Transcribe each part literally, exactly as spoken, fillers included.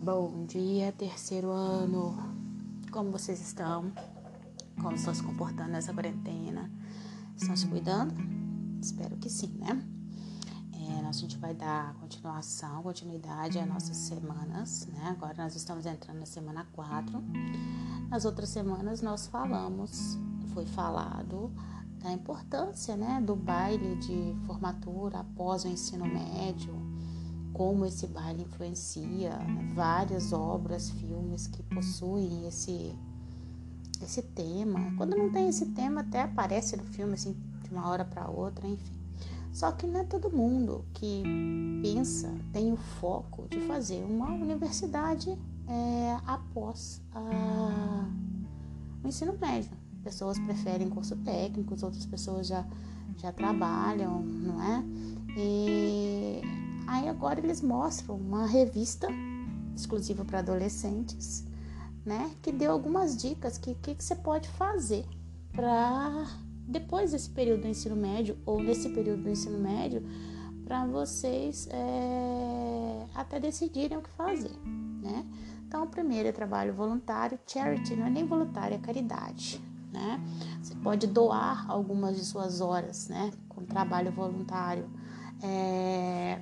Bom dia, terceiro ano. Como vocês estão? Como estão se comportando nessa quarentena? Estão se cuidando? Espero que sim, né? É, a gente vai dar continuação, continuidade às nossas semanas, né? Agora nós estamos entrando na semana quatro. Nas outras semanas nós falamos, foi falado da importância, né, do baile de formatura após o ensino médio, como esse baile influencia, né, várias obras, filmes que possuem esse, esse tema. Quando não tem esse tema, até aparece no filme assim, de uma hora para outra, enfim. Só que não é todo mundo que pensa, tem o foco de fazer uma universidade é, após a, o ensino médio. Pessoas preferem curso técnico, outras pessoas já, já trabalham, não é? E aí agora eles mostram uma revista exclusiva para adolescentes, né? Que deu algumas dicas que que, que você pode fazer para depois desse período do ensino médio ou nesse período do ensino médio, para vocês é, até decidirem o que fazer, né? Então, o primeiro é trabalho voluntário. Charity não é nem voluntário, é caridade, né? Você pode doar algumas de suas horas, né, com trabalho voluntário. É...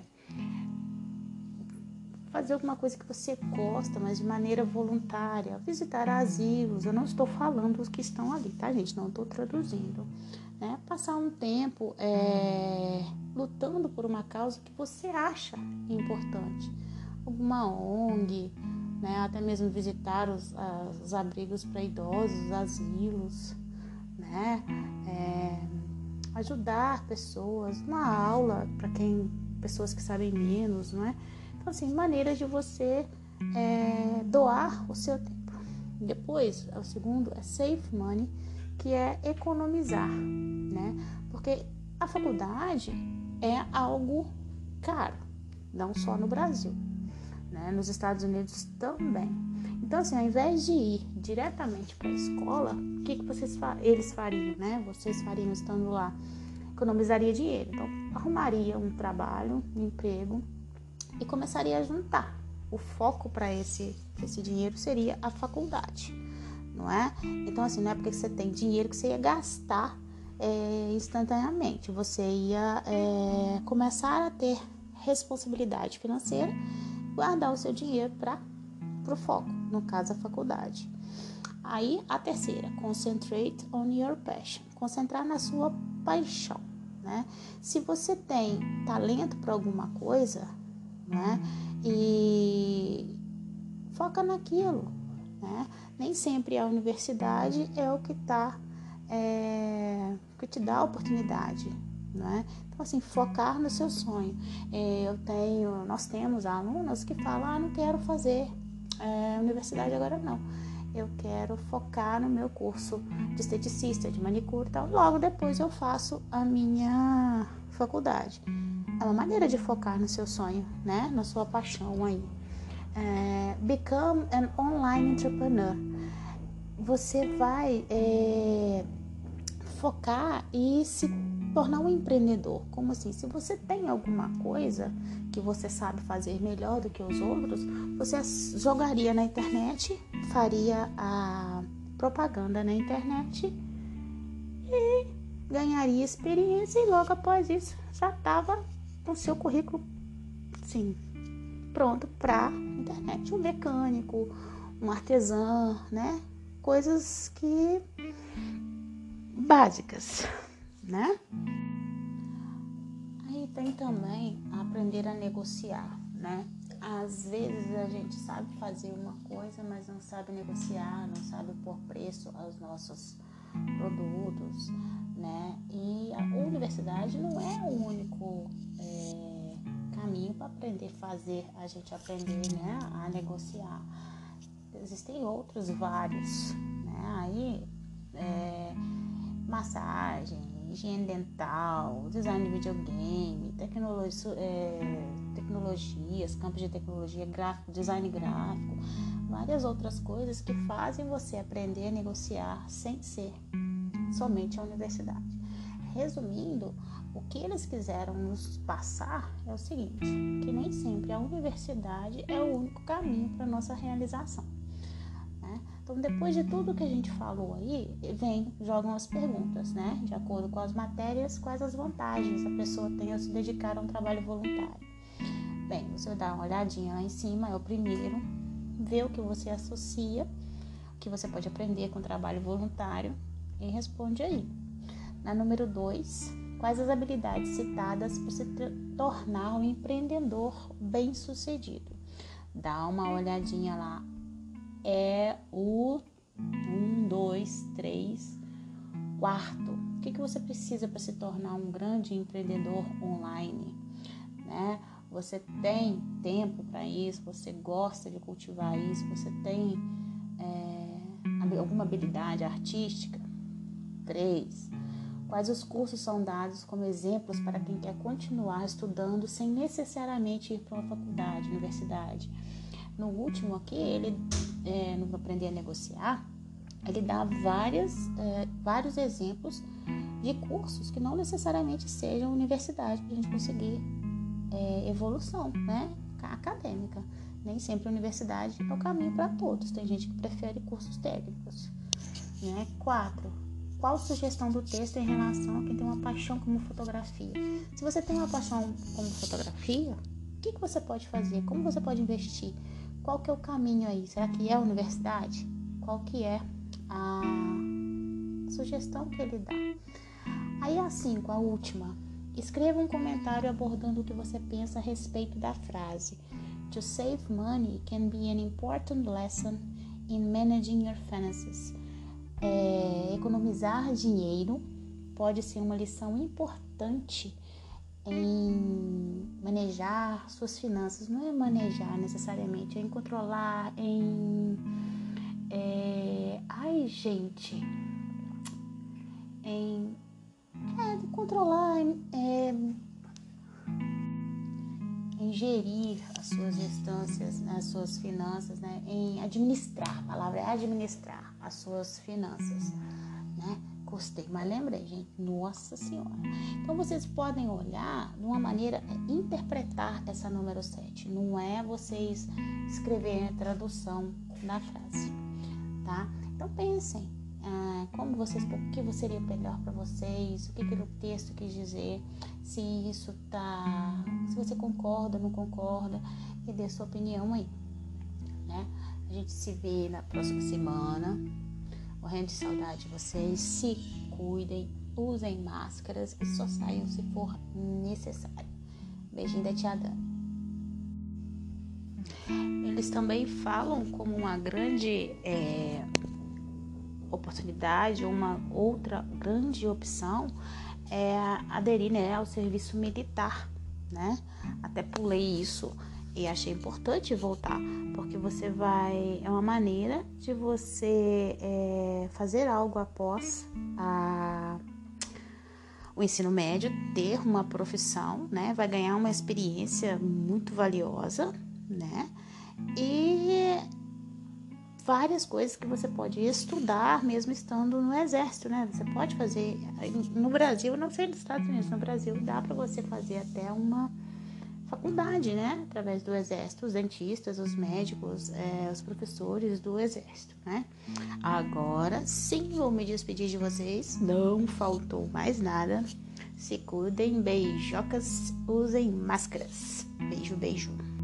fazer alguma coisa que você gosta, mas de maneira voluntária. Visitar asilos. Eu não estou falando os que estão ali, tá, gente? Não estou traduzindo. Né? Passar um tempo é... lutando por uma causa que você acha importante. Alguma O N G, né? Até mesmo visitar os, os abrigos para idosos, os asilos, né? É... ajudar pessoas, uma aula para quem pessoas que sabem menos, não é? Então, assim, maneiras de você é, doar o seu tempo. Depois, o segundo é save money, que é economizar, né? Porque a faculdade é algo caro, não só no Brasil, né? Nos Estados Unidos também. Então, assim, ao invés de ir diretamente para a escola, o que, que vocês eles fariam, né? Vocês fariam estando lá? Economizaria dinheiro. Então, arrumaria um trabalho, um emprego e começaria a juntar. O foco para esse, esse dinheiro seria a faculdade, não é? Então, assim, não é porque você tem dinheiro que você ia gastar é, instantaneamente. Você ia é, começar a ter responsabilidade financeira, guardar o seu dinheiro para o foco, no caso, a faculdade. Aí, a terceira, concentrate on your passion. Concentrar na sua paixão, né? Se você tem talento para alguma coisa, né? E foca naquilo, né? Nem sempre a universidade é o que tá, é, que te dá a oportunidade, né? Então, assim, focar no seu sonho. É, eu tenho, nós temos alunos que falam, ah, não quero fazer é, universidade agora não. Eu quero focar no meu curso de esteticista, de manicure e tal. Logo depois eu faço a minha faculdade. É uma maneira de focar no seu sonho, né? Na sua paixão aí. É, become an online entrepreneur. Você vai é, focar e se tornar um empreendedor. Como assim? Se você tem alguma coisa que você sabe fazer melhor do que os outros, você jogaria na internet, faria a propaganda na internet e ganharia experiência, e logo após isso já estava com seu currículo, sim, pronto para internet. Um mecânico, um artesão, né? Coisas que básicas, né? Aí tem também aprender a negociar, né? Às vezes a gente sabe fazer uma coisa, mas não sabe negociar, não sabe pôr preço aos nossos produtos, né? E a universidade não é o único é, caminho para aprender a fazer, a gente aprender, né, a negociar. Existem outros vários, né? Aí é, massagem, higiene dental, design de videogame, tecnologia, é, tecnologias, campos de tecnologia, gráfico, design gráfico, várias outras coisas que fazem você aprender a negociar sem ser somente a universidade. Resumindo, O que eles quiseram nos passar é o seguinte, que nem sempre a universidade é o único caminho para a nossa realização, né? Então, depois de tudo que a gente falou aí, vem, jogam as perguntas, né? De acordo com as matérias, quais as vantagens a pessoa tem ao se dedicar a um trabalho voluntário. Bem, você dá uma olhadinha lá em cima, é o primeiro, vê o que você associa, o que você pode aprender com o trabalho voluntário e responde aí. Na número dois, quais as habilidades citadas para se tornar um empreendedor bem-sucedido? Dá uma olhadinha lá. É o um, dois, três, quarto. O que, que você precisa para se tornar um grande empreendedor online, né? Você tem tempo para isso? Você gosta de cultivar isso? Você tem é, alguma habilidade artística? Três. Quais os cursos são dados como exemplos para quem quer continuar estudando sem necessariamente ir para uma faculdade, universidade? No último aqui, ele, é, no Aprender a Negociar, ele dá várias, é, vários exemplos de cursos que não necessariamente sejam universidade para a gente conseguir é, evolução, né, acadêmica. Nem sempre a universidade é o caminho para todos. Tem gente que prefere cursos técnicos, né? Quatro. Qual sugestão do texto em relação a quem tem uma paixão como fotografia? Se você tem uma paixão como fotografia, o que, que você pode fazer? Como você pode investir? Qual que é o caminho aí? Será que é a universidade? Qual que é a sugestão que ele dá? Aí a cinco, a última. Escreva um comentário abordando o que você pensa a respeito da frase. To save money can be an important lesson in managing your finances. É, economizar dinheiro pode ser uma lição importante em manejar suas finanças. Não é manejar necessariamente, é em controlar, em... É, ai, gente... Em... É, controlar, é, em gerir as suas instâncias, né, as suas finanças, né, em administrar, a palavra é administrar as suas finanças, né? Gostei, mas lembrei, gente, nossa senhora. Então, vocês podem olhar de uma maneira, interpretar essa número sete, não é vocês escreverem a tradução da frase, tá? Então, pensem. Ah, como vocês, o que seria melhor para vocês, o que, que o texto quis dizer, se isso tá, se você concorda, não concorda, e dê sua opinião aí, né? A gente se vê na próxima semana, morrendo de saudade de vocês, se cuidem, usem máscaras e só saiam se for necessário. Beijinho da tia Dani. Eles também falam como uma grande é, oportunidade, uma outra grande opção é aderir, né, ao serviço militar, né? Até pulei isso e achei importante voltar, porque você vai, é uma maneira de você é, fazer algo após a, o ensino médio, ter uma profissão, né? Vai ganhar uma experiência muito valiosa, né? E várias coisas que você pode estudar mesmo estando no exército, né? Você pode fazer, no Brasil, não sei nos Estados Unidos, no Brasil dá para você fazer até uma faculdade, né? Através do exército, os dentistas, os médicos, é, os professores do exército, né? Agora sim, vou me despedir de vocês, não faltou mais nada. Se cuidem, beijocas, usem máscaras. Beijo, beijo.